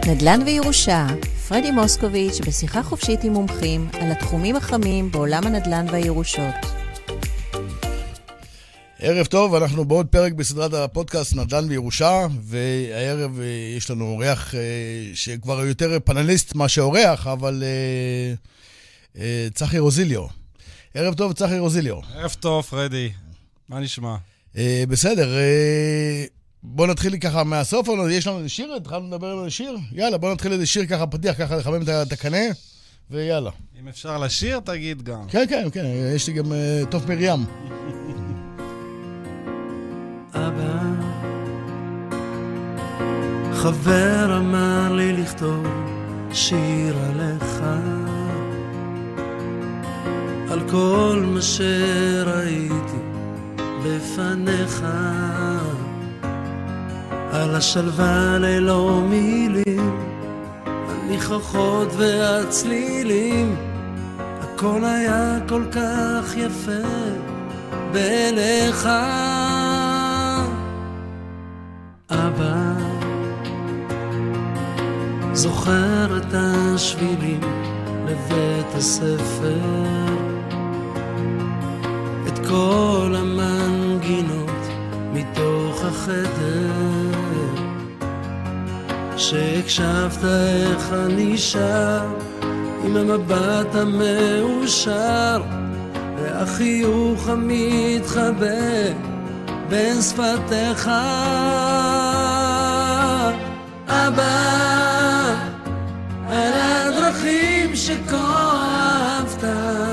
נדל"ן וירושה, פרדי מוסקוביץ' בשיחה חופשית עם מומחים על התחומים החמים בעולם הנדל"ן והירושות. ערב טוב, אנחנו בעוד פרק בסדרת הפודקאסט נדל"ן וירושה, והערב יש לנו אורח שכבר יותר פנליסט מה שאורח, אבל צחי רוזיליו. ערב טוב, צחי רוזיליו. ערב טוב, פרדי. מה נשמע? בסדר, בוא נתחיל לי ככה מהסוף, יש לנו שיר, התחלנו לדבר על שיר? יאללה, בוא נתחיל איזה שיר ככה פתיח, ככה לחמם את הקנה, ויאללה. אם אפשר לשיר, תגיד גם. כן, כן, כן, יש לי גם טוב מרים. אבא, חבר אמר לי לכתוב שיר עליך, על כל מה שראיתי בפניך, על השלווה ללא מילים, על ניחוחות והצלילים, הכל היה כל כך יפה בעיניך. אבא, זוכר את השבילים לבית הספר, את כל המנגינות מתוך החדר, שהקשבת איך אני שר עם המבט המאושר והחיוך המתחבא בין שפתיך. אבא, על הדרכים שכה אהבת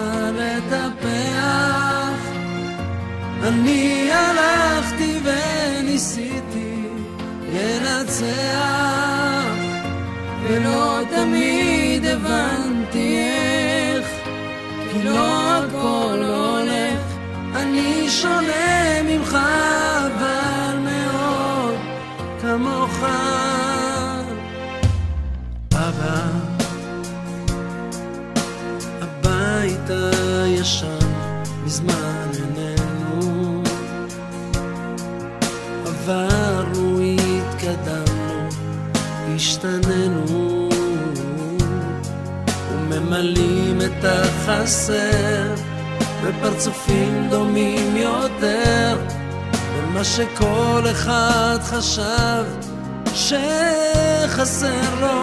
לטפח, אני הלכתי וניסיתי לנצח, ולא תמיד הבנתי איך, כי לא הכל הולך, אני שונה ממך אבל מאוד כמוך. אבא, הבית הישן מזמן איננו, עברנו, התקדמנו, השתננו, וממלאים את החסר בפרצופים דומים יותר במה שכל אחד חשב שחסר לו.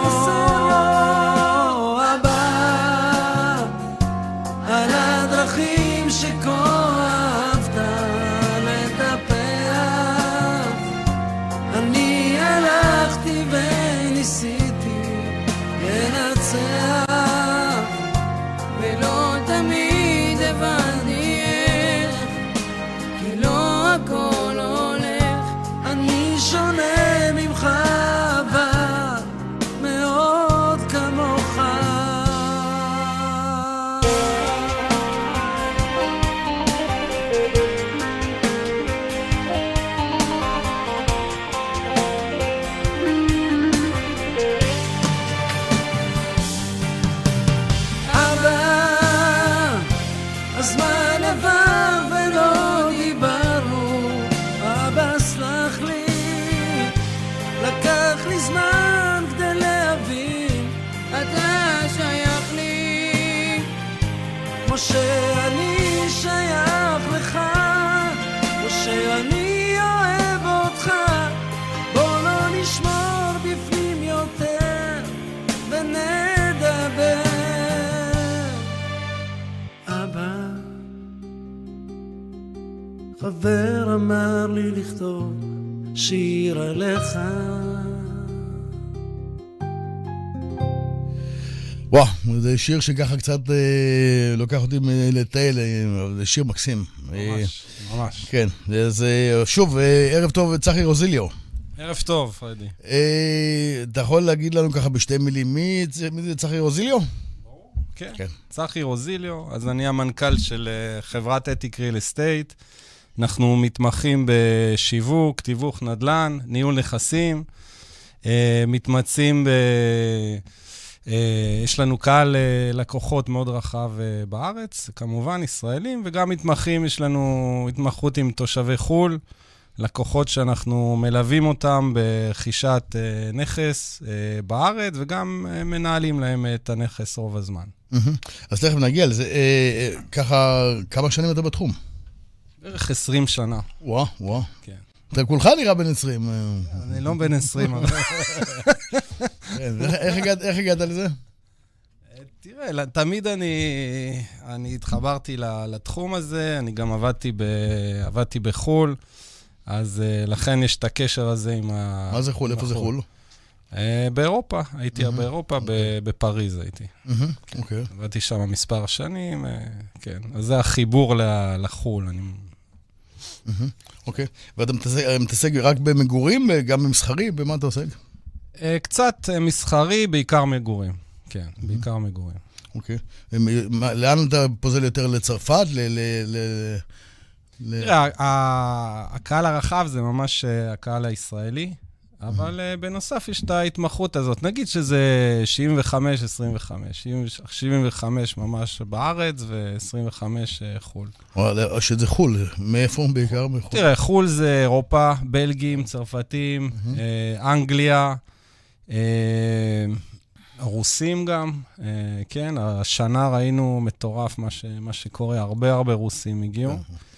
אבא, על הדרכים שכה אהבת לטפח, אני הלכתי וניסיתי לנצח, ולא תמיד הבנתי איך, כי לא הכל הולך, אני שונה ממך אבל מאוד כמוך. שאני שייך לך, ושאני אוהב אותך, בוא לא נשמור בפנים יותר ונדבר. אבא, חבר אמר לי לכתוב שיר עליך. וואו, זה שיר שככה קצת לוקח אותי לטייל, זה שיר מקסים. ממש, ממש. כן, זה שוב, ערב טוב, צחי רוזיליו. ערב טוב, פרדי. אתה יכול להגיד לנו ככה בשתי מילים, מי זה צחי רוזיליו? כן, צחי רוזיליו, אז אני המנכ"ל של חברת אתיק ריל אסטייט. אנחנו מתמחים בשיווק, תיווך נדל"ן, ניהול נכסים, מתמצאים ב... יש לנו קהל לקוחות מאוד רחב בארץ, כמובן ישראלים, וגם מתמחים, יש לנו התמחות עם תושבי חול, לקוחות שאנחנו מלווים אותם ברכישת נכס בארץ, וגם מנהלים להם את הנכס רוב הזמן. אז תכף נגיע לזה. ככה, כמה שנים אתה בתחום? בערך 20 שנה. וואו. כן. אתה כולך נראה בן 20. אני לא בן 20. איך הגעת לזה? תראה, תמיד אני התחברתי לתחום הזה, אני גם עבדתי בחול, אז לכן יש את הקשר הזה עם ה... מה זה חול? איפה זה חול? באירופה, הייתי באירופה, בפריז הייתי. אוקיי. עבדתי שם מספר שנים, כן. אז זה החיבור לחול. אוקיי. ואתה מתעסק רק במגורים, גם במסחרי? במה אתה עוסק? קצת מסחרי, בעיקר מגורים. כן, בעיקר מגורים. אוקיי. לאן אתה פוזל יותר? לצרפת? תראה, הקהל הרחב זה ממש הקהל הישראלי, אבל בנוסף יש את ההתמחות הזאת. נגיד שזה 75-25, 75 ממש בארץ ו-25 חול. שזה חול, מאיפה בעיקר? תראה, חול זה אירופה, בלגים, צרפתים, אנגליה, רוסים גם, כן, השנה ראינו מטורף מה שקורה, הרבה רוסים הגיעו.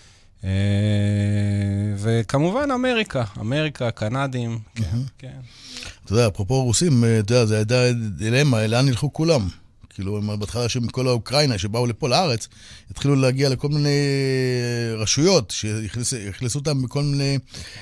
וכמובן אמריקה, קנדים, כן. אתה יודע, אפרופו רוסים, אתה יודע, זה הייתה דילמה, לאן ילכו כולם? כאילו, בהתחלה שמכל האוקראינה שבאו לפה לארץ, התחילו להגיע לכל מיני רשויות, שיכנסו אותם בכל מיני...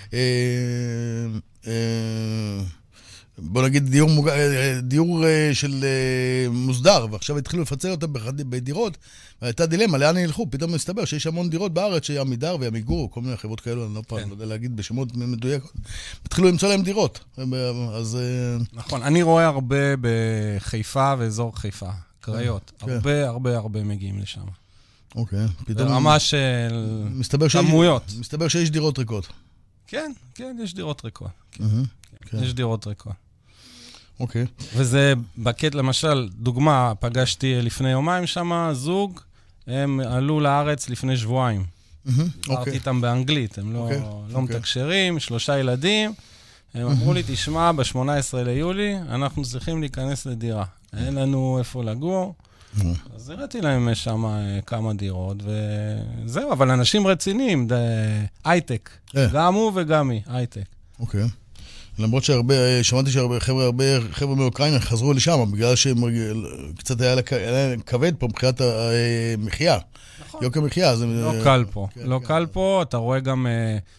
בוא נגיד דיור של מוסדר, ועכשיו התחילו לפצל אותם בדירות, והייתה דילמה, לאן ילכו? פתאום מסתבר שיש המון דירות בארץ, שעמידר ועמיגור, כל מיני חברות כאלו, אני לא יודע להגיד בשמות מדויקות, התחילו למצוא להם דירות. אז... נכון, אני רואה הרבה בחיפה ואזור חיפה, קריות, הרבה מגיעים לשם. אוקיי. ברמה של כמויות. מסתבר שיש דירות ריקות. כן, יש דירות ריקות. יש דירות ריקות. אוקיי. וזה בקט, למשל, דוגמה, פגשתי לפני יומיים שם, זוג, הם עלו לארץ לפני שבועיים. דיברתי איתם באנגלית, הם לא מתקשרים, 3 ילדים, הם אמרו לי, תשמע, ב-18 ליולי, אנחנו צריכים להיכנס לדירה. אין לנו איפה לגור. אז הראיתי להם שם כמה דירות, וזהו, אבל אנשים רציניים, הייטק. גם הוא וגם היא, הייטק. אוקיי. למרות שמעתי שהרבה חבר'ה מאוקראינה חזרו לשם, בגלל שקצת היה כבד פה מבחינת המחיה. נכון. יוקר מחיה. לא קל פה. לא קל פה, אתה רואה גם,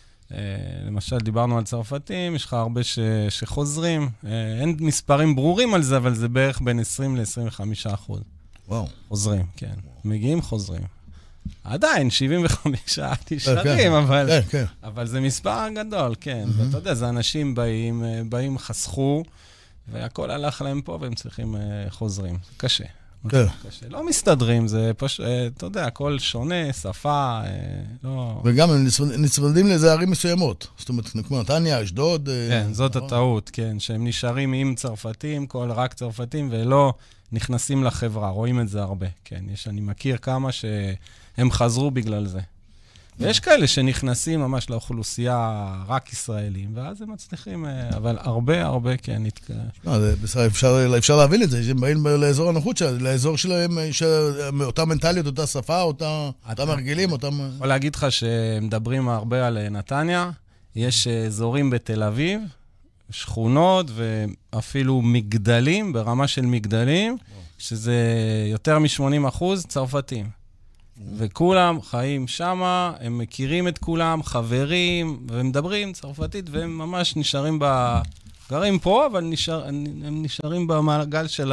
למשל, דיברנו על צרפתים, יש לך הרבה שחוזרים. אין מספרים ברורים על זה, אבל זה בערך בין 20-25%. וואו. חוזרים, כן. מגיעים, חוזרים. עדיין, 75 נשארים, אבל זה מספר גדול, כן. ואתה יודע, זה אנשים באים, חסכו, והכל הלך להם פה, והם צריכים חוזרים. קשה. לא מסתדרים, זה פשוט, אתה יודע, הכל שונה, שפה, לא... וגם הם נצמדים לאיזה ערים מסוימות. זאת אומרת, כמו נתניה, אשדוד... כן, זאת הטעות, כן, שהם נשארים עם צרפתים, רק צרפתים, ולא נכנסים לחברה, רואים את זה הרבה, כן. אני מכיר כמה שהם חזרו בגלל זה. ויש כאלה שנכנסים ממש לאוכלוסייה רק ישראלים, ואז הם מצליחים, אבל הרבה, כן, נתקע. אפשר להבין את זה, שהם באים לאזור הנוחות שלהם, לאזור שלהם, אותה מנטליות, אותה שפה, אותם הרגילים, אותם... אני יכול להגיד לך שמדברים הרבה על נתניה, יש אזורים בתל אביב, שכונות ואפילו מגדלים, ברמה של מגדלים, שזה יותר מ-80% צרפתים. וכולם חיים שמה, הם מכירים את כולם, חברים, ומדברים צרפתית, והם ממש נשארים גרים פה, אבל הם נשארים במעגל של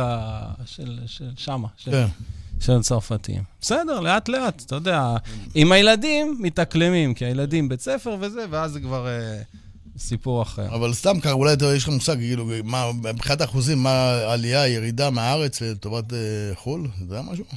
שמה, של צרפתים. בסדר, לאט, אתה יודע, עם הילדים מתאקלמים, כי הילדים בית ספר וזה, ואז זה כבר סיפור אחר. אבל סתם ככה, אולי יש לך מושג, כאילו, מבחינת האחוזים, מה העלייה, ירידה מהארץ לטובת חול? זה היה משהו?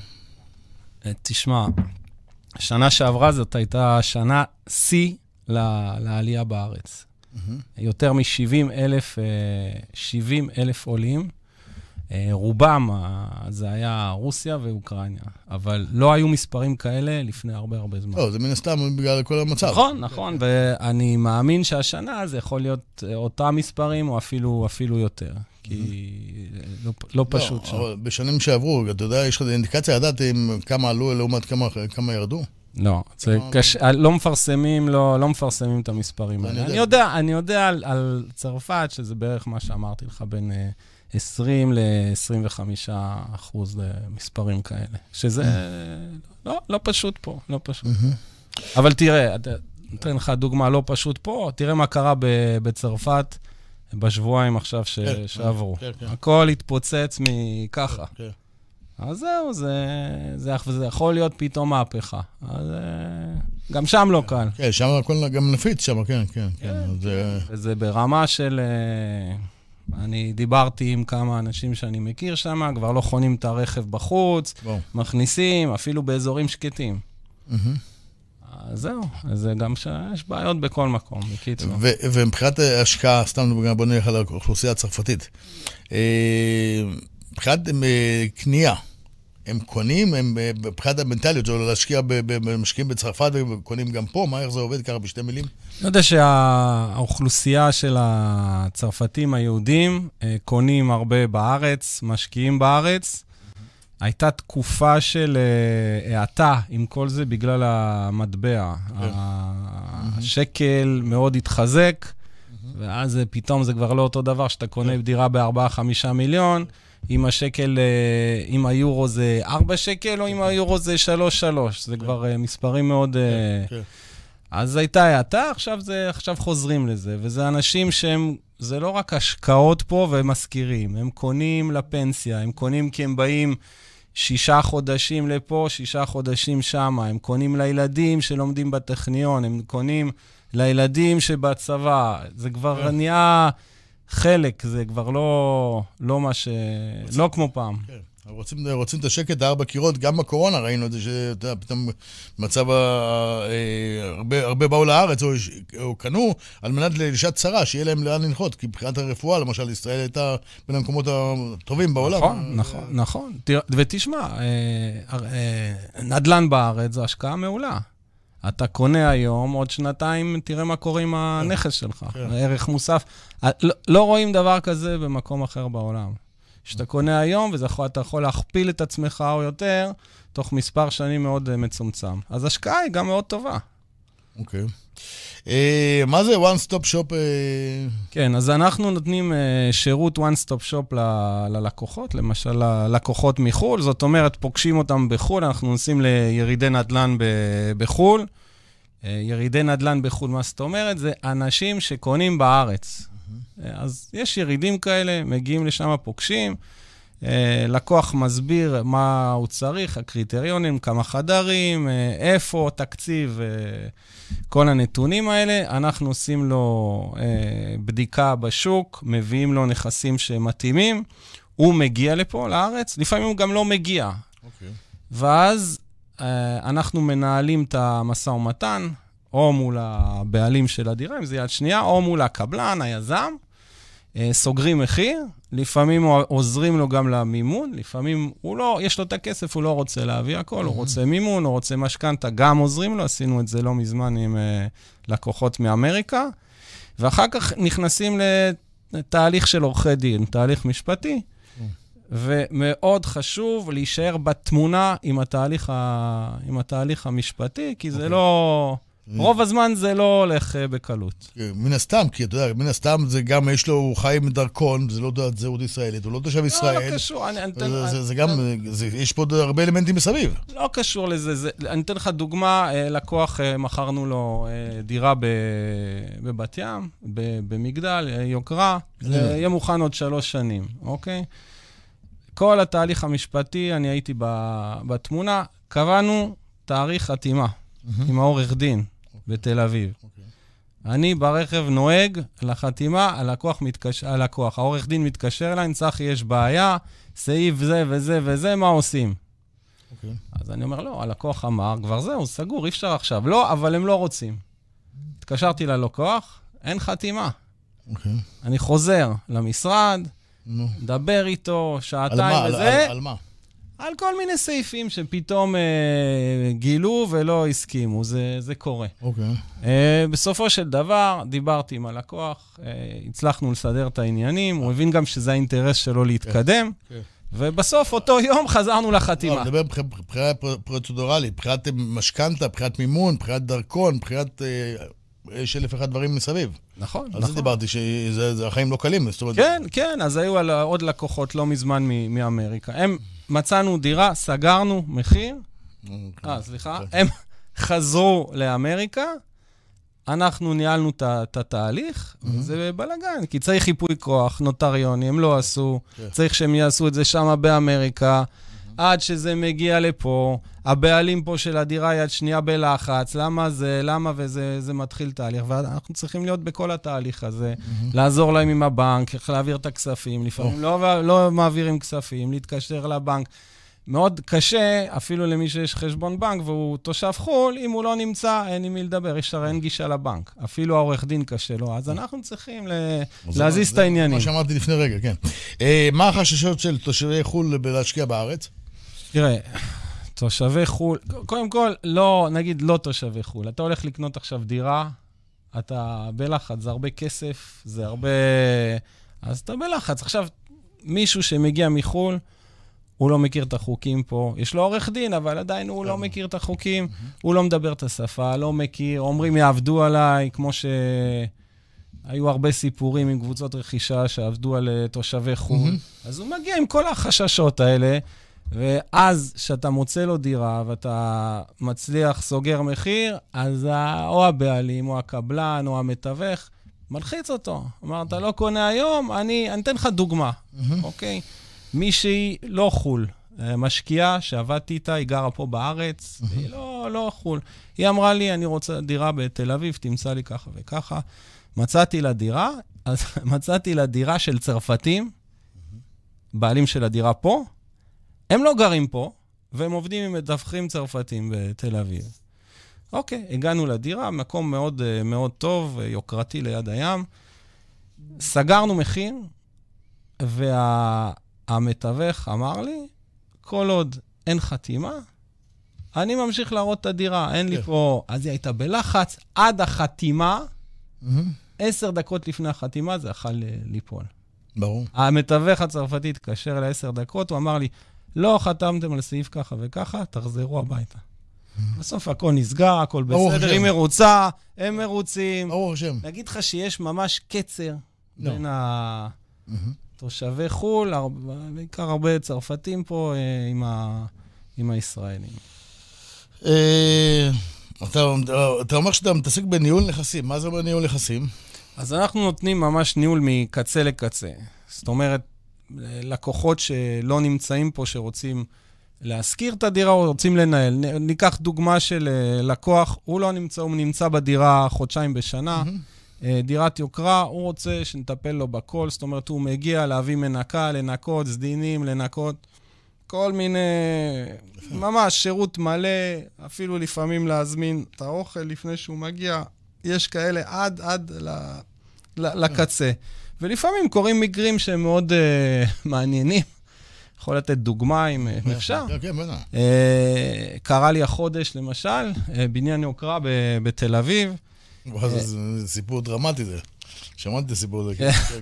תשמע, השנה שעברה זאת הייתה שנה C לעלייה בארץ. יותר מ-70,000 עולים. רובם זה היה רוסיה ואוקראינה, אבל לא היו מספרים כאלה לפני הרבה זמן. לא, זה מן הסתם בגלל כל המצב. נכון, ואני מאמין שהשנה זה יכול להיות אותם מספרים או אפילו יותר, כי לא פשוט שם. אבל בשנים שעברו, אתה יודע, יש לך אינדיקציה לדעת כמה עלו לעומת כמה ירדו? לא, לא מפרסמים את המספרים האלה. אני יודע על צרפת, שזה בערך מה שאמרתי לך, בין 20 ל-25% מספרים כאלה. שזה לא פשוט פה, לא פשוט. אבל תראה, נתן לך דוגמה לא פשוט פה, תראה מה קרה בצרפת בשבועיים עכשיו שעברו. הכל התפוצץ מככה. אז זהו, זה יכול להיות פתאום מהפכה. אז גם שם לא קל. כן, שם הכל גם נפיץ שם, כן. וזה ברמה של... אני דיברתי עם כמה אנשים שאני מכיר שם, כבר לא חונים את הרכב בחוץ, מכניסים, אפילו באזורים שקטים. אז זהו, אז גם יש בעיות בכל מקום, בקיצור. ומבחינת השקעה, סתם בוא נלך על האוכלוסייה הצרפתית, מבחינת קנייה, הם קונים, מבחינת המנטליות שלו להשקיע במשקיעים בצרפת וקונים גם פה, איך זה עובד ככה בשתי מילים? אני יודע שהאוכלוסייה של הצרפתים היהודים קונים הרבה בארץ, משקיעים בארץ. הייתה תקופה של האטה עם כל זה בגלל המטבע. השקל מאוד התחזק, ואז פתאום זה כבר לא אותו דבר שאתה קונה דירה ב4-5 מיליון, אם השקל, אם היורו זה 4 שקל, או אם היורו זה 3. זה כבר מספרים מאוד... אז הייתה האטה, עכשיו חוזרים לזה, וזה אנשים שהם, זה לא רק השקעות פה והם מזכירים, הם קונים לפנסיה, הם קונים כי הם באים 6 חודשים לפה, 6 חודשים שם, הם קונים לילדים שלומדים בטכניון, הם קונים לילדים שבצבא, זה כבר נהיה חלק, זה כבר לא מה ש... לא כמו פעם. כן. רוצים את השקט, 4 קירות, גם בקורונה ראינו את זה, שאתה פתאום מצב הרבה באו לארץ או קנו, על מנת לשעת צרה, שיהיה להם לאן לנחות, כי מבחינת הרפואה, למשל, ישראל הייתה בין המקומות הטובים בעולם. נכון. ותשמע, נדל"ן בארץ זו השקעה מעולה. אתה קונה היום, עוד שנתיים, תראה מה קורה עם הנכס שלך, ערך מוסף. לא רואים דבר כזה במקום אחר בעולם. שאתה קונה היום, ואתה יכול להכפיל את עצמך או יותר, תוך מספר שנים מאוד מצומצם. אז השקעה היא גם מאוד טובה. אוקיי. מה זה one stop shop? כן, אז אנחנו נותנים שירות one stop shop ללקוחות, למשל ללקוחות מחול, זאת אומרת, פוגשים אותם בחול, אנחנו נוסעים לירידי נדל"ן בחול. ירידי נדל"ן בחול, מה זאת אומרת? זה אנשים שקונים בארץ. אז יש ירידים כאלה, מגיעים לשם פוגשים, לקוח מסביר מה הוא צריך, הקריטריונים, כמה חדרים, איפה, תקציב, כל הנתונים האלה. אנחנו עושים לו בדיקה בשוק, מביאים לו נכסים שמתאימים, הוא מגיע לפה לארץ, לפעמים הוא גם לא מגיע. ואז אנחנו מנהלים את המשא ומתן, או מול הבעלים של הדירה, אם זה יד שנייה, או מול הקבלן, היזם, סוגרים מחיר, לפעמים עוזרים לו גם למימון, לפעמים יש לו את הכסף, הוא לא רוצה להביא הכל, הוא רוצה מימון, הוא רוצה משכנתא, גם עוזרים לו, עשינו את זה לא מזמן עם לקוחות מאמריקה, ואחר כך נכנסים לתהליך של עורכי דין, תהליך משפטי, ומאוד חשוב להישאר בתמונה עם התהליך המשפטי, כי זה לא... רוב הזמן זה לא הולך בקלות. מן הסתם, כי אתה יודע, מן הסתם זה גם, יש לו, הוא חי עם דרכון, זה לא זהות ישראלית, הוא לא תושב ישראל. לא קשור. זה גם, יש פה הרבה אלמנטים מסביב. לא קשור לזה. אני אתן לך דוגמה, לקוח, מכרנו לו דירה בבת ים, במגדל, יוקרה, זה יהיה מוכן עוד 3 שנים, אוקיי? כל התהליך המשפטי, אני הייתי בתמונה, קבענו תאריך חתימה עם העורך דין. בתל אביב. אני ברכב נוהג לחתימה, הלקוח, העורך דין מתקשר אליי, צחי, יש בעיה, סעיף זה וזה וזה, מה עושים? אז אני אומר, לא, הלקוח אמר, כבר זהו, סגור, אי אפשר עכשיו. לא, אבל הם לא רוצים. התקשרתי ללקוח, אין חתימה. אני חוזר למשרד, דבר איתו, שעתיים וזה. על מה? על כל מיני סעיפים שפתאום גילו ולא הסכימו, זה קורה. אוקיי. בסופו של דבר, דיברתי עם הלקוח, הצלחנו לסדר את העניינים, הוא הבין גם שזה האינטרס שלו להתקדם, ובסוף אותו יום חזרנו לחתימה. לא, מדבר בחירה פרוצדורלית, בחירת משכנתה, בחירת מימון, בחירת דרכון, בחירת... יש 1,001 דברים מסביב. נכון, על זה דיברתי, שהחיים לא קלים. כן, כן, אז היו עוד לקוחות לא מזמן מאמריקה. הם מצאנו דירה, סגרנו מחיר, סליחה, הם חזרו לאמריקה, אנחנו ניהלנו את התהליך, זה בלגן, כי צריך חיפוי כוח, נוטריוני, הם לא עשו, צריך שהם יעשו את זה שם באמריקה, עד שזה מגיע לפה, הבעלים פה של הדירה יד שנייה בלחץ, למה וזה מתחיל תהליך, ואנחנו צריכים להיות בכל התהליך הזה, לעזור להם עם הבנק, איך להעביר את הכספים, לפעמים לא מעבירים כספים, להתקשר לבנק. מאוד קשה, אפילו למי שיש חשבון בנק, והוא תושב חול, אם הוא לא נמצא, אין עם מי לדבר, אין גישה לבנק. אפילו העורך דין קשה לו, אז אנחנו צריכים להזיז את העניינים. מה שאמרתי לפני רגע, כן. מה החששות של תושבי חול להשקיע בארץ? תראה, תושבי חול, קודם כל, לא, נגיד לא תושבי חול. אתה הולך לקנות עכשיו דירה, אתה בלחץ, זה הרבה כסף, זה הרבה... אז אתה בלחץ. עכשיו, מישהו שמגיע מחול, הוא לא מכיר את החוקים פה. יש לו עורך דין, אבל עדיין הוא לא מכיר את החוקים. הוא לא מדבר את השפה, לא מכיר. אומרים, יעבדו עליי, כמו שהיו הרבה סיפורים עם קבוצות רכישה שעבדו על תושבי חול. אז הוא מגיע עם כל החששות האלה, ואז שאתה מוצא לו דירה ואתה מצליח סוגר מחיר, אז או הבעלים, או הקבלן, או המתווך, מלחיץ אותו. אמר, אתה לא קונה היום, אני אתן לך דוגמה, אוקיי? מישהי לא חול, משקיעה שעבדתי איתה, היא גרה פה בארץ, היא לא חול. היא אמרה לי, אני רוצה דירה בתל אביב, תמצא לי ככה וככה. מצאתי לה דירה, אז מצאתי לה דירה של צרפתים, בעלים של הדירה פה, הם לא גרים פה, והם עובדים עם מתווכים צרפתים בתל אביב. אוקיי, הגענו לדירה, מקום מאוד מאוד טוב, יוקרתי ליד הים. סגרנו מחיר, והמתווך אמר לי, כל עוד אין חתימה, אני ממשיך להראות את הדירה, אין לי פה... אז היא הייתה בלחץ, עד החתימה, 10 דקות לפני החתימה, זה יכול ליפול. ברור. המתווך הצרפתי התקשר ל10 דקות, הוא אמר לי, לא חתמתם על סעיף ככה וככה, תחזרו הביתה. בסוף הכל נסגר, הכל בסדר, היא מרוצה, הם מרוצים. ברור השם. נגיד לך שיש ממש קצר בין התושבי חול, בעיקר הרבה צרפתים פה עם הישראלים. אתה אומר שאתה מתעסק בניהול נכסים. מה זה אומר ניהול נכסים? אז אנחנו נותנים ממש ניהול מקצה לקצה. זאת אומרת, לקוחות שלא נמצאים פה, שרוצים להשכיר את הדירה או רוצים לנהל. ניקח דוגמה של לקוח, הוא לא נמצא, הוא נמצא בדירה חודשיים בשנה, דירת יוקרה, הוא רוצה שנטפל לו בכל, זאת אומרת, הוא מגיע להביא מנקה, לנקות, סדינים, לנקות, כל מיני, ממש שירות מלא, אפילו לפעמים להזמין את האוכל לפני שהוא מגיע, יש כאלה עד לקצה. ולפעמים קוראים מקרים שהם מאוד מעניינים. יכול לתת דוגמה אם אפשר. קרה לי החודש, למשל, בניין יוקרה בתל אביב. זה סיפור דרמטי זה. שמעתי את הסיפור הזה.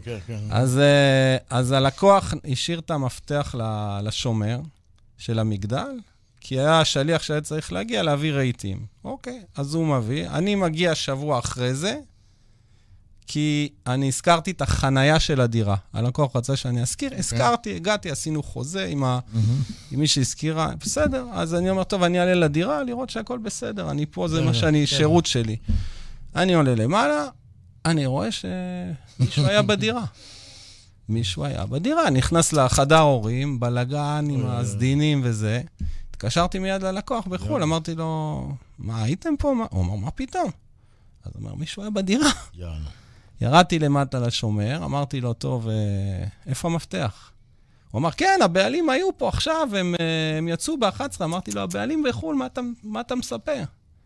אז הלקוח השאיר את המפתח לשומר של המגדל, כי היה השליח שהיה צריך להגיע להביא רהיטים. אוקיי, אז הוא מביא. אני מגיע שבוע אחרי זה, כי אני הזכרתי את החנייה של הדירה. הלקוח רצה שאני אזכיר, הזכרתי, הגעתי, עשינו חוזה עם מי שהזכירה, בסדר, אז אני אומר, טוב, אני אעלה לדירה, לראות שהכל בסדר, אני פה, זה מה שאני, שירות שלי. אני עולה למעלה, אני רואה שמישהו היה בדירה. מישהו היה בדירה, נכנס לחדר הורים, בלגן עם הסדינים וזה, התקשרתי מיד ללקוח בחול, אמרתי לו, מה הייתם פה? הוא אמר, מה פתאום? אז הוא אומר, מישהו היה בדירה. ירדתי למטה לשומר, אמרתי לו, טוב, איפה המפתח? הוא אמר, כן, הבעלים היו פה עכשיו, הם יצאו ב-11, אמרתי לו, הבעלים בחול, מה אתה מספר?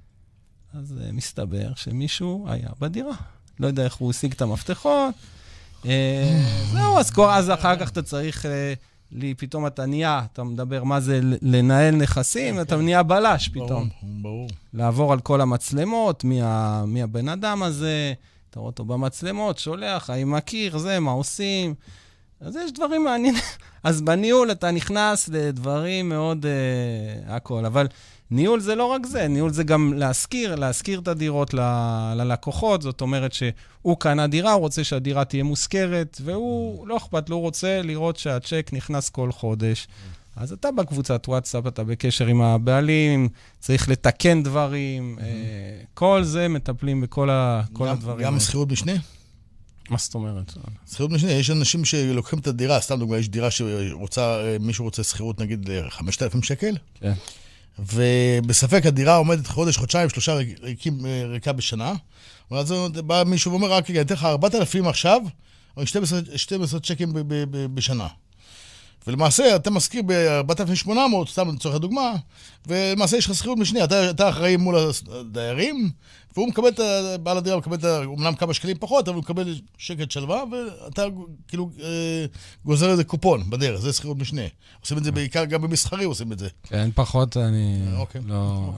אז מסתבר שמישהו היה בדירה. לא יודע איך הוא השיג את המפתחות, זהו, אז אחר כך אתה צריך, פתאום אתה נהיה, אתה מדבר מה זה לנהל נכסים, אתה נהיה בלש פתאום. ברור. לעבור על כל המצלמות, מי הבן אדם הזה, אתה רואה אותו במצלמות, שולח, האם מכיר, זה, מה עושים. אז יש דברים מעניינים. אז בניהול אתה נכנס לדברים מאוד הכל, אבל ניהול זה לא רק זה, ניהול זה גם להשכיר את הדירות ללקוחות, זאת אומרת שהוא קנה דירה, הוא רוצה שהדירה תהיה מושכרת, והוא לא אכפת לו, הוא רוצה לראות שהצ'ק נכנס כל חודש. אז אתה בקבוצת וואטסאפ, אתה בקשר עם הבעלים, צריך לתקן דברים, כל זה מטפלים בכל הדברים. גם שכירות משנה? מה זאת אומרת? שכירות משנה, יש אנשים שלוקחים את הדירה, סתם דוגמה, יש דירה מישהו רוצה שכירות נגיד 5,000 שקל, כן. ובספק הדירה עומדת חודש, חודשיים, 3 ריקה בשנה, ואז בא מישהו ואומר, רק רגע, אני אתן לך 4,000 עכשיו, או 12 צ'קים בשנה. ולמעשה, אתה מזכיר ב-4,800, סתם לצורך הדוגמה, ולמעשה יש לך שכירות משנה, אתה אחראי מול הדיירים, והוא מקבל בעל הדירה, הוא מקבל אומנם כמה שקלים פחות, אבל הוא מקבל שקט שלווה, ואתה כאילו גוזר איזה קופון בדרך, זה שכירות משנה. עושים את זה בעיקר, גם במסחרי עושים את זה. כן, פחות אני לא.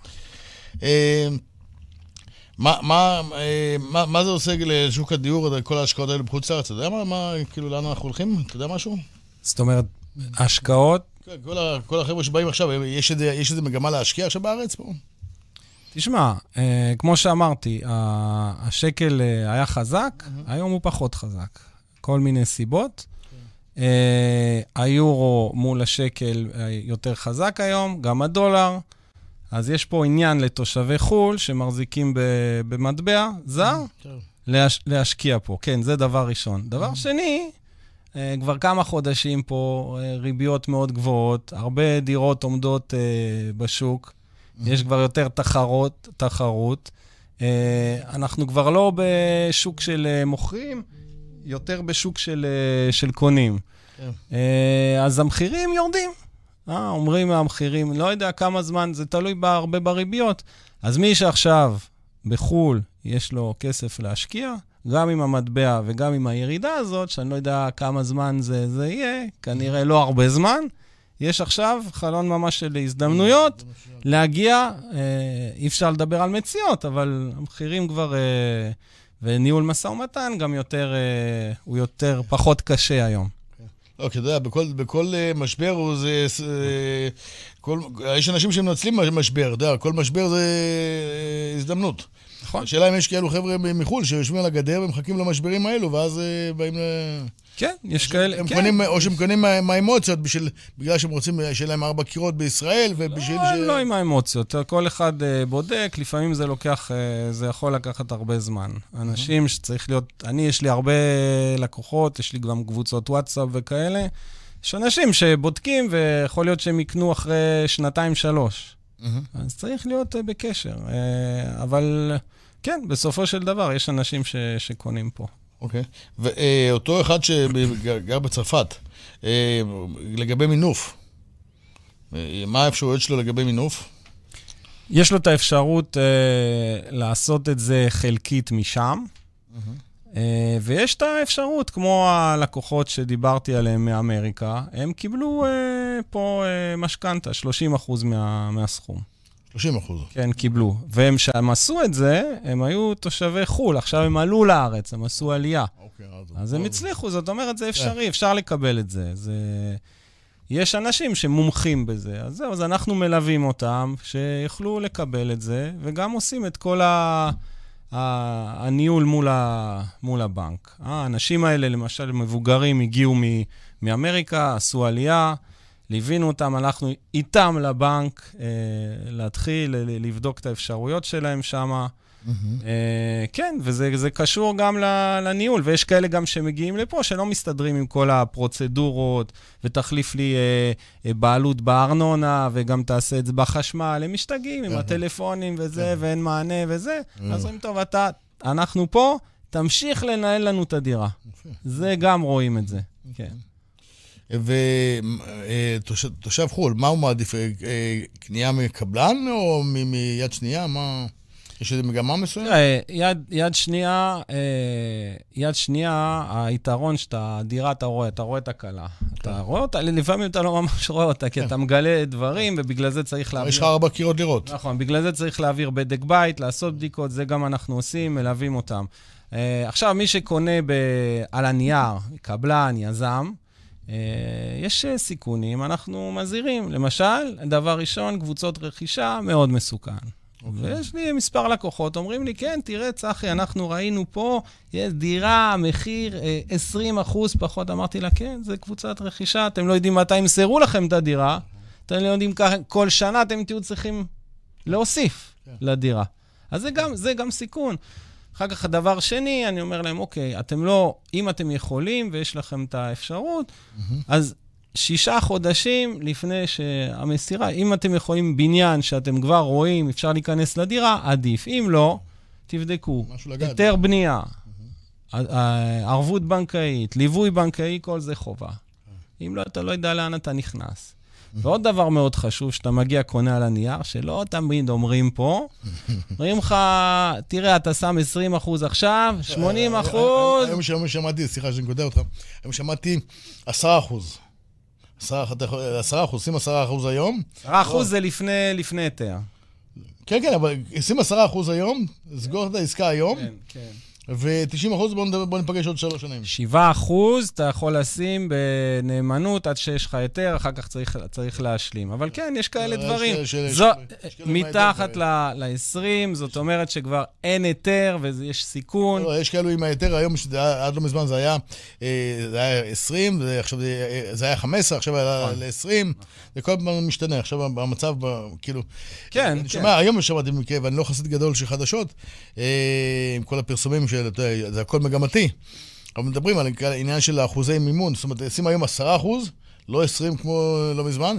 מה זה עושה לשוק הדיור, כל ההשקעות האלה בחוץ לארץ? אתה יודע מה, כאילו, לאן אנחנו הולכים? אתה יודע משהו? זאת אומרת, השקעות... כל החבר'ה שבאים עכשיו, יש איזה מגמה להשקיע עכשיו בארץ פה? תשמע, כמו שאמרתי, השקל היה חזק, היום הוא פחות חזק. כל מיני סיבות. היורו מול השקל יותר חזק היום, גם הדולר. אז יש פה עניין לתושבי חול שמחזיקים במטבע זר, להשקיע פה. כן, זה דבר ראשון. דבר שני, כבר כמה חודשים פה, ריביות מאוד גבוהות, הרבה דירות עומדות בשוק, יש כבר יותר תחרות. אנחנו כבר לא בשוק של מוכרים, יותר בשוק של קונים. אז המחירים יורדים. אומרים המחירים, לא יודע כמה זמן, זה תלוי הרבה בריביות. אז מי שעכשיו בחול יש לו כסף להשקיע, גם עם המטבע וגם עם הירידה הזאת, שאני לא יודע כמה זמן זה יהיה, כנראה לא הרבה זמן, יש עכשיו חלון ממש של הזדמנויות להגיע, אי אפשר לדבר על מציאות, אבל המחירים כבר, וניהול משא ומתן גם יותר, הוא יותר פחות קשה היום. לא, כי אתה יודע, בכל משבר יש אנשים שמנצלים משבר, אתה יודע, כל משבר זה הזדמנות. נכון. השאלה אם יש כאלו חבר'ה מחול שיושבים על הגדר ומחכים למשברים האלו, ואז באים כן, יש כאלה, כן. או שהם קונים מהאמוציות, בגלל שהם רוצים שיהיה להם 4 קירות בישראל, ובשביל לא עם האמוציות, כל אחד בודק, לפעמים זה לוקח, זה יכול לקחת הרבה זמן. אנשים שצריך להיות, יש לי הרבה לקוחות, יש לי גם קבוצות וואטסאפ וכאלה, יש אנשים שבודקים, ויכול להיות שהם יקנו אחרי 2-3. אז צריך להיות בקשר. אבל כן, בסופו של דבר, יש אנשים שקונים פה. אוקיי. ואותו אחד שגר בצרפת, לגבי מינוף, מה האפשרויות שלו לגבי מינוף? יש לו את האפשרות לעשות את זה חלקית משם, ויש את האפשרות, כמו הלקוחות שדיברתי עליהם מאמריקה, הם קיבלו פה משכנתה, 30% מהסכום. 30%. כן, קיבלו. והם שהם עשו את זה, הם היו תושבי חול, עכשיו הם עלו לארץ, הם עשו עלייה. אז הם הצליחו, זאת אומרת, זה אפשרי, אפשר לקבל את זה. יש אנשים שמומחים בזה, אז זהו, אז אנחנו מלווים אותם, שיוכלו לקבל את זה, וגם עושים את כל הניהול מול הבנק. האנשים האלה, למשל, מבוגרים, הגיעו מאמריקה, עשו עלייה, ליווינו אותם, הלכנו איתם לבנק, להתחיל לבדוק את האפשרויות שלהם שם. כן, וזה קשור גם לניהול, ויש כאלה גם שמגיעים לפה, שלא מסתדרים עם כל הפרוצדורות, ותחליף לי בעלות בארנונה, וגם תעשה את זה בחשמל, הם משתגעים עם הטלפונים וזה, ואין מענה וזה. אז אומרים, טוב, אנחנו פה, תמשיך לנהל לנו את הדירה. זה גם רואים את זה, כן. ותושב חול, מה הוא מעדיף? קנייה מקבלן או מיד שנייה? מה? יש איזה מגמה מסוים? יד שנייה, היתרון שאתה, דירה אתה רואה את הקלה. אתה רואה אותה, לפעמים אתה לא ממש רואה אותה, כי אתה מגלה דברים, ובגלל זה צריך להעביר... יש לך 4 קירות לראות. נכון, בגלל זה צריך להעביר בדק בית, לעשות בדיקות, זה גם אנחנו עושים, מלווים אותם. עכשיו, מי שקונה על הנייר, קבלן, יזם, יש סיכונים, אנחנו מזהירים. למשל, דבר ראשון, קבוצות רכישה מאוד מסוכן. ויש לי מספר לקוחות, אומרים לי, כן, תראה, צחי, אנחנו ראינו פה, יש דירה, מחיר 20% פחות. אמרתי לה, כן, זה קבוצת רכישה, אתם לא יודעים מתי ימסרו לכם את הדירה, אתם לא יודעים כל שנה, אתם תהיו צריכים להוסיף לדירה. אז זה גם סיכון. אחר כך הדבר שני, אני אומר להם, אוקיי, אתם לא, אם אתם יכולים ויש לכם את האפשרות, אז 6 חודשים לפני שהמסירה, אם אתם יכולים בניין שאתם כבר רואים, אפשר להיכנס לדירה, עדיף. אם לא, תבדקו. היתר בנייה, ערבות בנקאית, ליווי בנקאי, כל זה חובה. אם לא, אתה לא יודע לאן אתה נכנס. ועוד דבר מאוד חשוב, שאתה מגיע קונה על הנייר, שלא תמיד אומרים פה, אומרים לך, תראה, אתה שם 20% עכשיו, 80%. היום שמעתי, סליחה שאני קוטע אותך, היום שמעתי 10%. 10%, שים 10% היום. 10% זה לפני היתר. כן, כן, אבל שים 10% היום, סגור את העסקה היום. כן, כן. ו-90% בוא ניפגש עוד 3 שנים. 7% אתה יכול לשים בנאמנות עד שיש לך היתר, אחר כך צריך להשלים. אבל כן, יש כאלה דברים. מתחת ל-20, זאת אומרת שכבר אין היתר ויש סיכון. יש כאלו עם היתר, היום, עד לא מזמן זה היה 20, עכשיו זה היה 15, עכשיו היה ל-20, זה כל פעם משתנה. עכשיו המצב, כאילו... כן, כן. היום שמעתי, ואני לא חסיד גדול של חדשות, עם כל הפרסומים זה הכל מגמתי. אבל מדברים על העניין של האחוזי מימון. זאת אומרת, שים היום 10%, לא 20 כמו לא מזמן,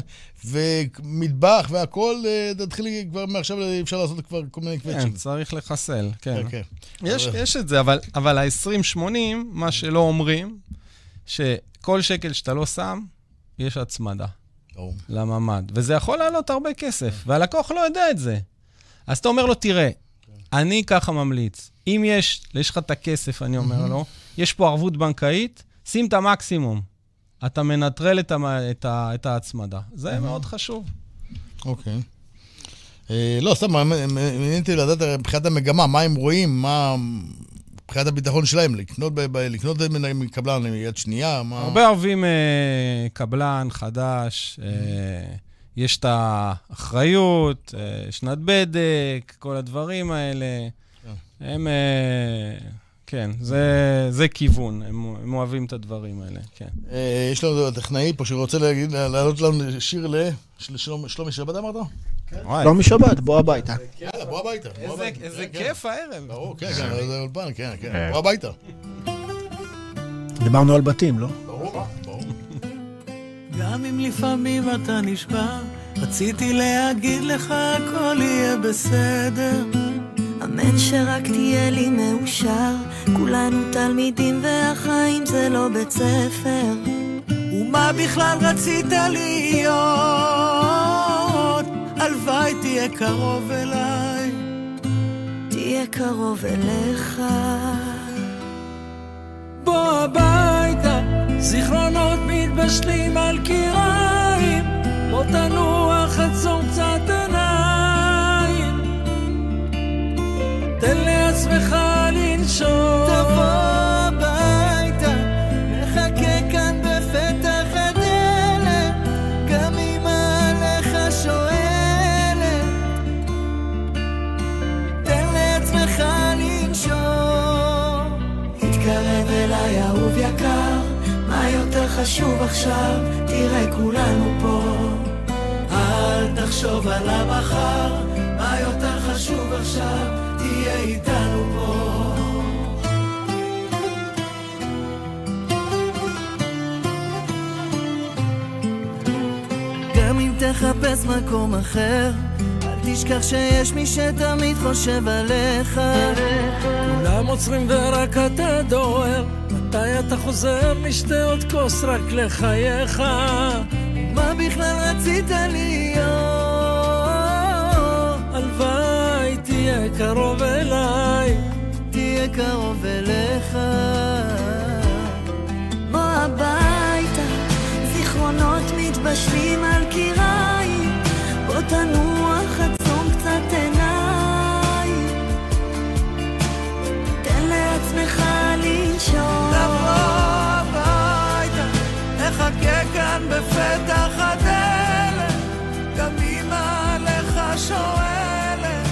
ומטבח והכל, תתחיל כבר מעכשיו אפשר לעשות כבר כל מיני קוויצ'ים. כן, צריך לחסל, כן. יש את זה, אבל ה-20-80, מה שלא אומרים, שכל שקל שאתה לא שם, יש הצמדה לממד. וזה יכול לעלות הרבה כסף, והלקוח לא יודע את זה. אז אתה אומר לו, תראה, אני ככה ממליץ. אם יש לך את הכסף, אני אומר לו, יש פה ערבות בנקאית, שים את המקסימום. אתה מנטרל את ההצמדה. זה מאוד חשוב. אוקיי. לא, סתם, מעניינתי לדעת מבחינת המגמה, מה הם רואים, מה מבחינת הביטחון שלהם, לקנות מקבלן יד שנייה, מה... הרבה אוהבים קבלן חדש, יש את האחריות, שנת בדק, כל הדברים האלה. הם, כן, זה כיוון, הם אוהבים את הדברים האלה, כן. יש לנו טכנאי פה שרוצה להעלות לנו שיר שלומי שבת, אמרת? שלומי שבת, בוא הביתה. יאללה, בוא הביתה. איזה כיף הערב. ברור, כן, זה אולפן, כן, בוא הביתה. דיברנו על בתים, לא? ברור. גם אם לפעמים אתה נשבר, רציתי להגיד לך הכל יהיה בסדר. אמן שרק תהיה לי מאושר, כולנו תלמידים והחיים זה לא בית ספר. ומה בכלל רצית להיות? הלוואי תהיה קרוב אליי, תהיה קרוב אליך. בוא הביתה, זיכרונות מתבשלים על קיריים, בוא תנוח עצום קצת עיניים, תן לעצמך לנשום. תבוא הביתה, נחכה כאן בפתח הדלת, גם אמא עליך שואלת, תן לעצמך לנשום. התקרב אליי אהוב יקר, מה יותר חשוב עכשיו, תראה כולנו פה. אל תחשוב על המחר, מה יותר חשוב עכשיו, תהיה איתנו פה. גם אם תחפש מקום אחר, אל תשכח שיש מי שתמיד חושב עליך. כולם עוצרים ורק אתה דוהר, מתי אתה חוזר? נשתה עוד כוס רק לחייך. מה בכלל רצית להיות? הלוואי תהיה תהיה קרוב אליי, תהיה קרוב אליך. בוא הביתה, זיכרונות מתבשלים על קיריים, בוא תנוח עצום קצת עיניים, תן לעצמך לנשום. תבוא הביתה, נחכה כאן בפתח הדלת, גם אמא לך שואלת,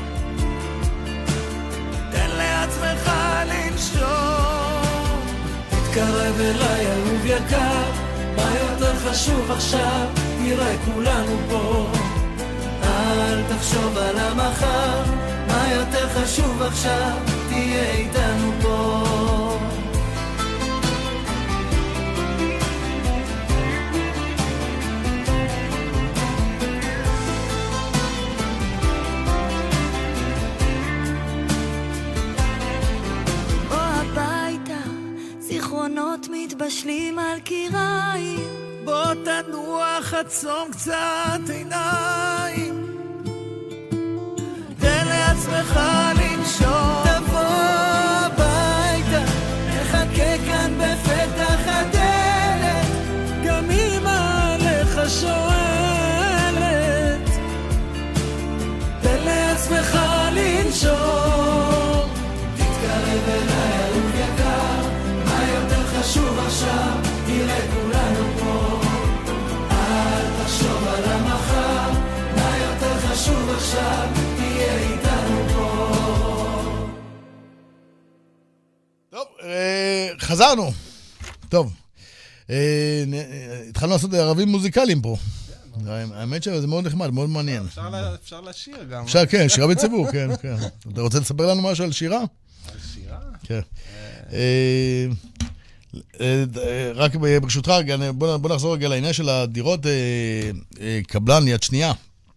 תן לעצמך לנשום. תתקרב אליי אהוב יקר, מה יותר חשוב עכשיו, תראה כולנו פה, אל תחשוב על המחר, מה יותר חשוב עכשיו, תהיה איתנו פה. בוא הביתה, זיכרונות מתבשלים על קיריים, בוא תנוח עצום קצת עיניים, תן לעצמך לנשום. תבוא הביתה, נחכה כאן בפתח הדלת, גם אמא לך שואלת, תן לעצמך לנשום. תתקרב אליי אהוב יקר, מה יותר חשוב עכשיו, תראה כולנו פה, אל תחשוב על המחר, מה יותר חשוב עכשיו, תהיה איתנו פה. טוב, חזרנו. טוב, התחלנו לעשות ערבים מוזיקליים פה. האמת שזה מאוד נחמד, מאוד מעניין. אפשר לשיר גם. אפשר, כן, שירה בציבור, כן, כן. אתה רוצה לספר לנו משהו על שירה? על שירה? כן. רק ברשותך, בוא נחזור רגע לעניין של הדירות קבלן יד שנייה.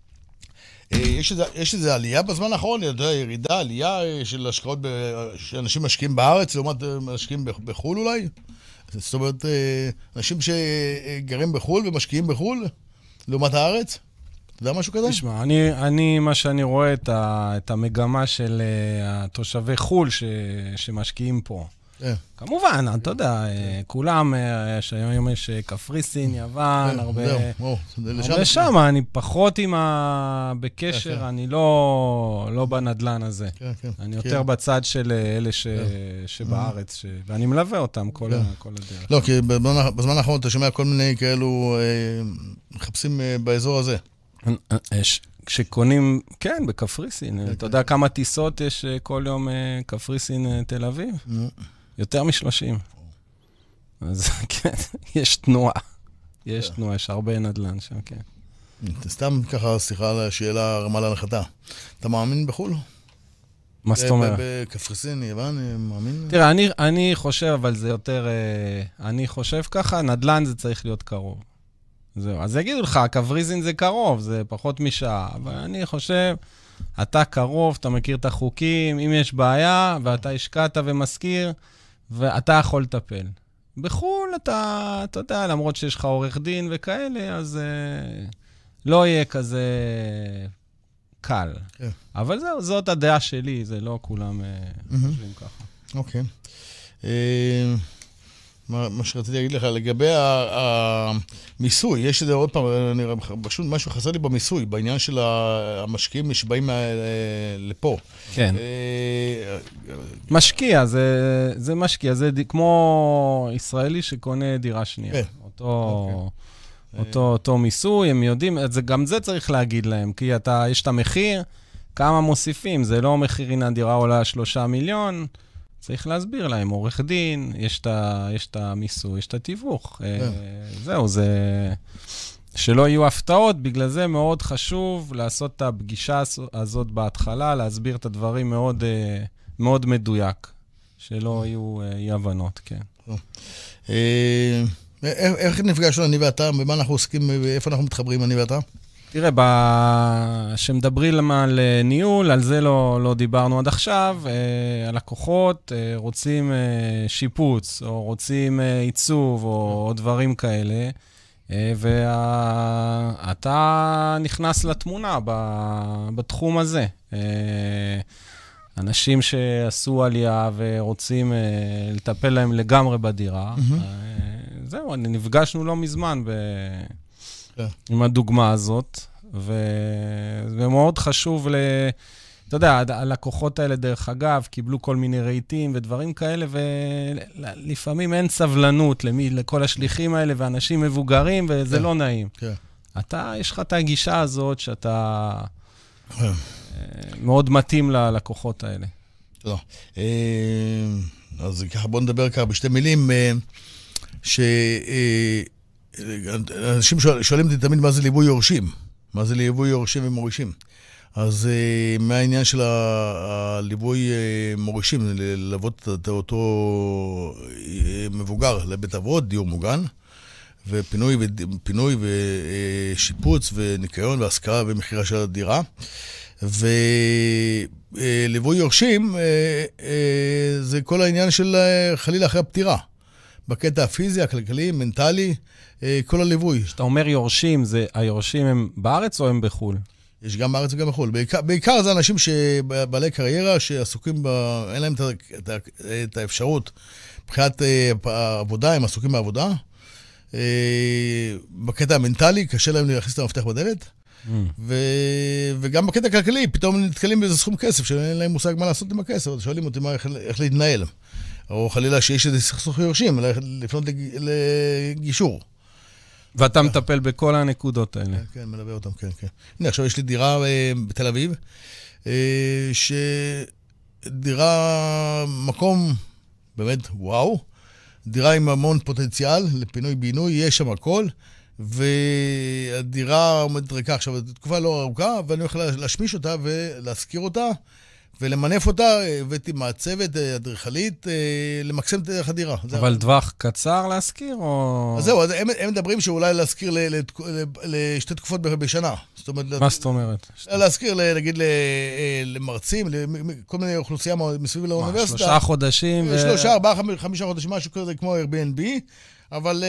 יש איזו עלייה בזמן האחרון, ירידה, עלייה של השקעות, שאנשים משקיעים בארץ, לעומת משקיעים בחול אולי? זאת אומרת, אנשים שגרים בחול ומשקיעים בחול, לעומת הארץ? אתה יודע משהו כזה? תשמע, מה שאני רואה את המגמה של התושבי חול שמשקיעים פה. כמובן, אתה יודע, כולם, היום יש קפריסין, יוון, הרבה שם, אני פחות בקשר, אני לא בנדלן הזה. אני יותר בצד של אלה שבארץ, ואני מלווה אותם כל הדרך. לא, כי בזמן האחרון אתה שומע כל מיני כאלו מחפשים באזור הזה. כשקונים, כן, בקפריסין. אתה יודע כמה טיסות יש כל יום קפריסין תל אביב? יותר מ-30. אז כן, יש תנועה. יש תנועה, יש הרבה נדל"ן שם, כן. סתם ככה שיחה על השאלה רמה להנחתה. אתה מאמין בחול? מה זאת אומרת? בקפריסין, יוון, מאמין? תראה, אני חושב, אבל זה יותר... אני חושב ככה, נדל"ן זה צריך להיות קרוב. זהו, אז יגידו לך, קפריסין זה קרוב, זה פחות משעה, אבל אני חושב, אתה קרוב, אתה מכיר את החוקים, אם יש בעיה, ואתה השקעת ומזכיר, ואתה יכול לטפל. בחול אתה יודע, למרות שיש לך עורך דין וכאלה, אז לא יהיה כזה קל. Okay. אבל זהו, זאת הדעה שלי, זה לא כולם חושבים ככה. אוקיי. מה שרציתי להגיד לך, לגבי המיסוי, יש איזה עוד פעם, פשוט משהו חסר לי במיסוי, בעניין של המשקיעים שבאים לפה. כן. משקיע, זה משקיע, זה כמו ישראלי שקונה דירה שנייה. אותו מיסוי, הם יודעים, גם זה צריך להגיד להם, כי יש את המחיר, כמה מוסיפים, זה לא מחירין הדירה עולה 3 מיליון, צריך להסביר להם, עורך דין, יש את המיסוי, יש את התיווך. זהו, זה... שלא יהיו הפתעות, בגלל זה מאוד חשוב לעשות את הפגישה הזאת בהתחלה, להסביר את הדברים מאוד, מאוד מדויק, שלא יהיו אי-הבנות, כן. איך נפגשנו אני ואתה, במה אנחנו עוסקים, איפה אנחנו מתחברים אני ואתה? תראה, שמדברים על ניהול, על זה לא דיברנו עד עכשיו, הלקוחות רוצים שיפוץ, או רוצים עיצוב, או דברים כאלה. ואתה נכנס לתמונה בתחום הזה. אנשים שעשו עלייה ורוצים לטפל להם לגמרי בדירה, זהו, נפגשנו לא מזמן עם הדוגמה הזאת, ומאוד חשוב אתה יודע, הלקוחות האלה דרך אגב, קיבלו כל מיני רהיטים ודברים כאלה, ולפעמים אין סבלנות לכל השליחים האלה, ואנשים מבוגרים, וזה לא נעים. יש לך את הגישה הזאת, שאתה מאוד מתאים ללקוחות האלה. תודה. אז ככה, בוא נדבר ככה בשתי מילים, שאנשים שואלים אותי תמיד מה זה ליווי יורשים. מה זה ליווי יורשים ומורישים. אז מהעניין של הליווי מורישים, ללוות את אותו מבוגר לבית אבות, דיור מוגן, ופינוי ושיפוץ וניקיון והשכרה ומחירה של הדירה. וליווי יורשים זה כל העניין של חלילה אחרי הפטירה. בקטע הפיזי, הכלכלי, מנטלי, כל הליווי. כשאתה אומר יורשים, היורשים הם בארץ או הם בחול? יש גם בארץ וגם בחול. בעיקר זה אנשים שבעלי קריירה שעסוקים אין להם את האפשרות מבחינת העבודה, הם עסוקים בעבודה. בקטע המנטלי, קשה להם להכניס את המפתח בדלת. וגם בקטע הכלכלי, פתאום נתקלים באיזה סכום כסף, שאין להם מושג מה לעשות עם הכסף, אז שואלים אותי איך להתנהל. או חלילה שיש איזה סכסוך יורשים, לפנות לגישור. ואתה מטפל בכל הנקודות האלה. כן, מלווה אותם, כן. הנה, עכשיו יש לי דירה בתל אביב, שדירה, מקום, באמת, וואו, דירה עם המון פוטנציאל לפינוי בינוי, יש שם הכל, והדירה עומדת ריקה עכשיו, תקופה לא ארוכה, ואני הולך להשמיש אותה ולהזכיר אותה, ולמנף אותה, הבאתי מעצבת, אדריכלית, למקסם את הדירה. אבל טווח קצר להזכיר, או... אז זהו, הם מדברים שאולי להזכיר לשתי תקופות בשנה. מה זאת אומרת? להזכיר, נגיד, למרצים, לכל מיני אוכלוסייה מסביב לאוניברסיטה. 3 חודשים. 3, 4, 5 חודשים, משהו כזה כמו Airbnb, אבל...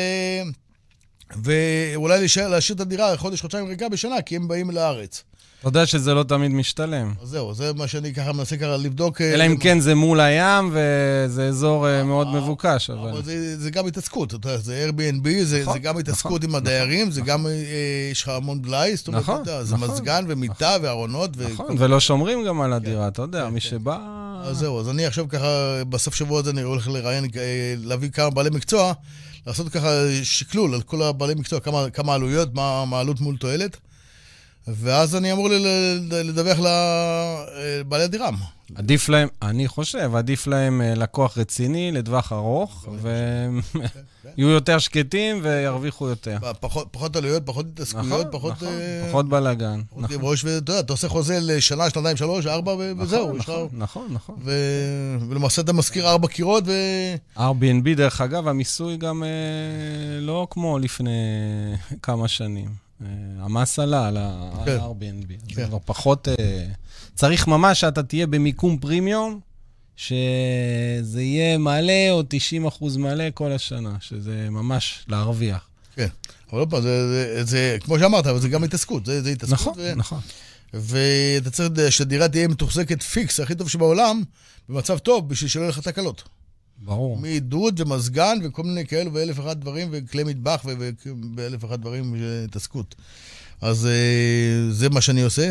ואולי להשאיר את הדירה חודש, חודשיים ריקה בשנה, כי הם באים לארץ. אתה יודע שזה לא תמיד משתלם. אז זהו, זה מה שאני ככה מנסה ככה לבדוק. אלא אם כן זה מול הים, וזה אזור מאוד מבוקש, אבל... זה גם התעסקות, אתה יודע, זה Airbnb, זה גם התעסקות עם הדיירים, זה גם, יש לך המון בלאי, זאת אומרת, זה מזגן ומיטה וארונות. נכון, ולא שומרים גם על הדירה, אתה יודע, מי שבא... אז זהו, אז אני עכשיו ככה, בסוף שבוע הזה אני הולך לראיין, להביא כמה בעלי מקצוע, לעשות ככה שקלול על כל הבעלי מקצוע, כמה עלויות, מה העלות מול תועלת. ואז אני אמור לדווח לבעלי הדירה. עדיף להם, אני חושב, עדיף להם לקוח רציני לדווח ארוך, ויהיו יותר שקטים וירוויחו יותר. פחות עלויות, פחות התעסקויות, פחות בלגן. אתה עושה חוזה לשנה, 2, 3, 4 וזהו. נכון. ולמעשה אתה מזכיר 4 קירות ו... Airbnb דרך אגב, המיסוי גם לא כמו לפני כמה שנים. המס עלה על ה-Airbnb. זה כבר פחות... צריך ממש שאתה תהיה במיקום פרימיום, שזה יהיה מלא או 90% מלא כל השנה, שזה ממש להרוויח. כן, אבל לא פעם, זה כמו שאמרת, אבל זה גם התעסקות, זה התעסקות. נכון. ואתה צריך שהדירה תהיה מתוחזקת פיקס, הכי טוב שבעולם, במצב טוב, בשביל שלא יהיה לך תקלות. ברור. מעידוד ומזגן וכל מיני כאלו ואלף אחד דברים, וכלי מטבח ואלף אחד דברים התעסקות. אז זה מה שאני עושה.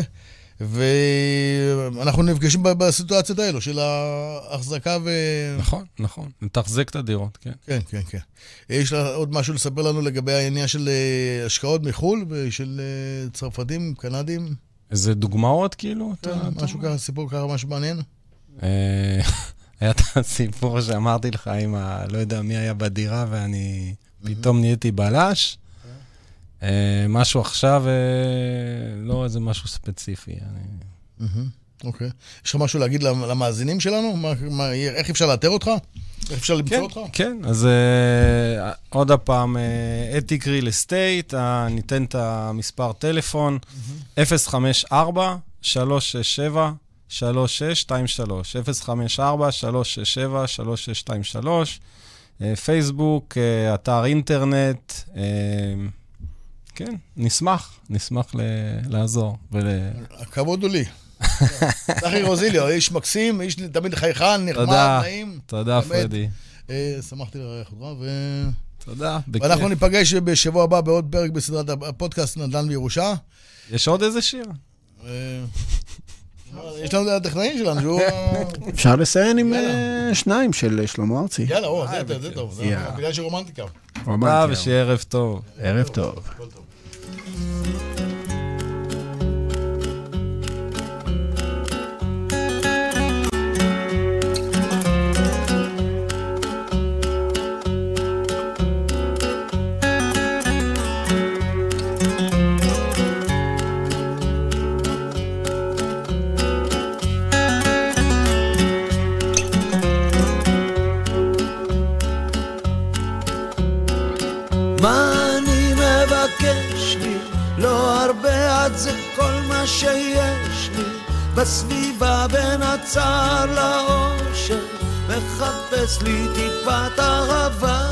ואנחנו נפגשים בסיטואציות האלו של ההחזקה ו... נכון. נתחזק את הדירות, כן. כן. יש לה עוד משהו לספר לנו לגבי העניין של השקעות מחול ושל צרפתים, קנדים? איזה דוגמאות כאילו? משהו ככה, סיפור ככה, משהו מעניין? היה את הסיפור שאמרתי לך עם לא יודע מי היה בדירה ואני פתאום נהייתי בלש. משהו עכשיו, לא איזה משהו ספציפי. אוקיי. יש לך משהו להגיד למאזינים שלנו? איך אפשר לאתר אותך? איך אפשר למצוא אותך? כן, אז עוד הפעם, אתיק ריל אסטייט, ניתן את המספר טלפון, 054-367-3623, 054-367-3623, פייסבוק, אתר אינטרנט, כן, נשמח לעזור. הכבוד הוא לי. צחי רוזיליו, איש מקסים, איש תמיד חייכן, נחמד, נעים. תודה, פרדי. שמחתי לראות אותך, תודה, בכיף. ואנחנו ניפגש בשבוע הבא בעוד פרק בסדרת הפודקאסט נדל"ן וירושה. יש עוד איזה שיר? יש לנו את הטכנאים שלנו. אפשר לסיים עם שניים של שלמה ארצי. יאללה, זה טוב. זה בגלל שרומנטיקה. תודה ושיהיה ערב טוב. ערב טוב. זה כל מה שיש לי בסביבה בין הצער לאושר, מחפש לי טיפת אהבה.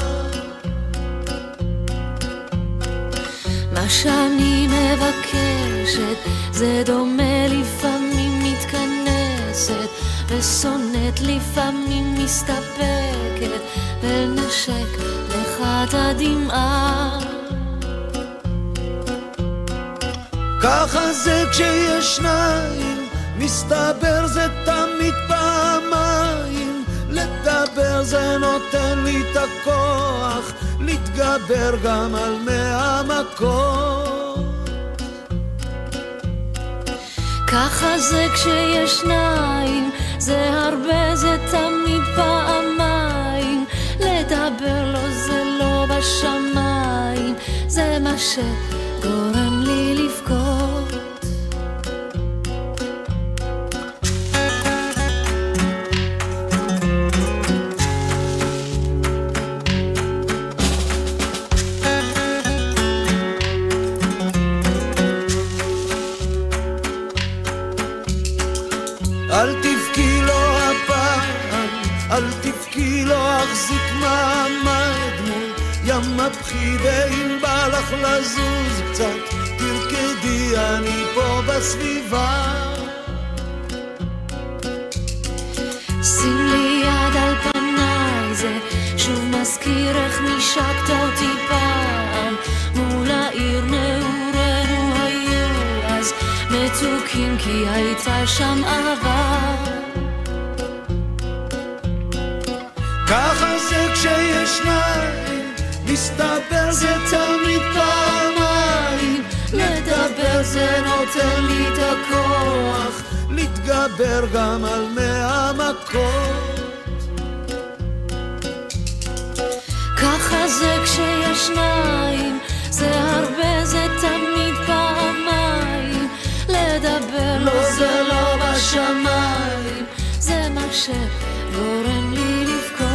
מה שאני מבקשת זה דומה, לפעמים מתכנסת ושונאת, לפעמים מסתפקת ולנשק לך את הדמעה. ככה זה כשיש שניים, מסתבר זה תמיד פעמיים. לדבר זה נותן לי את הכוח, להתגבר גם על 100 מכות. ככה זה כשיש שניים, זה הרבה, זה תמיד פעמיים. לדבר לו זה לא בשמיים, זה מה שגורם לי לבכות. אל תבכי לו הפעם, אל תבכי לו, אחזיק מעמד מול ים הבכי, ואם בא לך לזוז קצת תרקדי, אני פה בסביבה. שים לי יד על פניי, זה שוב מזכיר איך נשקת אותי פעם מול העיר. נעורנו היו אז מתוקים כי הייתה שם אהבה. ככה זה כשיש שניים, מסתבר זה תמיד פעמיים. לדבר זה נותן לי את הכוח, להתגבר גם על 100 מכות. ככה זה כשיש שניים, זה הרבה, זה תמיד פעמיים. לדבר לא זה לא בשמיים, זה מה שגורם לי לבכות.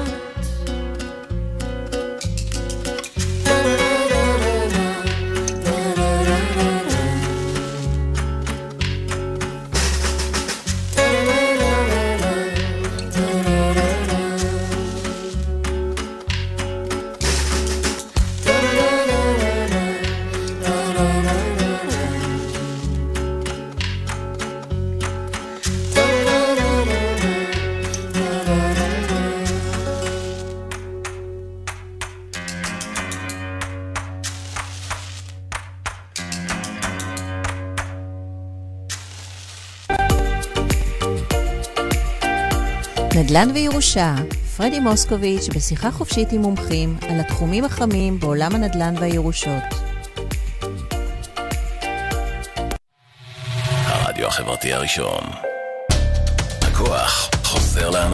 נדל"ן וירושה, פרדי מוסקוביץ' בשיחה חופשית עם מומחים על התחומים החמים בעולם הנדל"ן והירושות. הרדיו החברתי הראשון. הכוח חוזר לנו.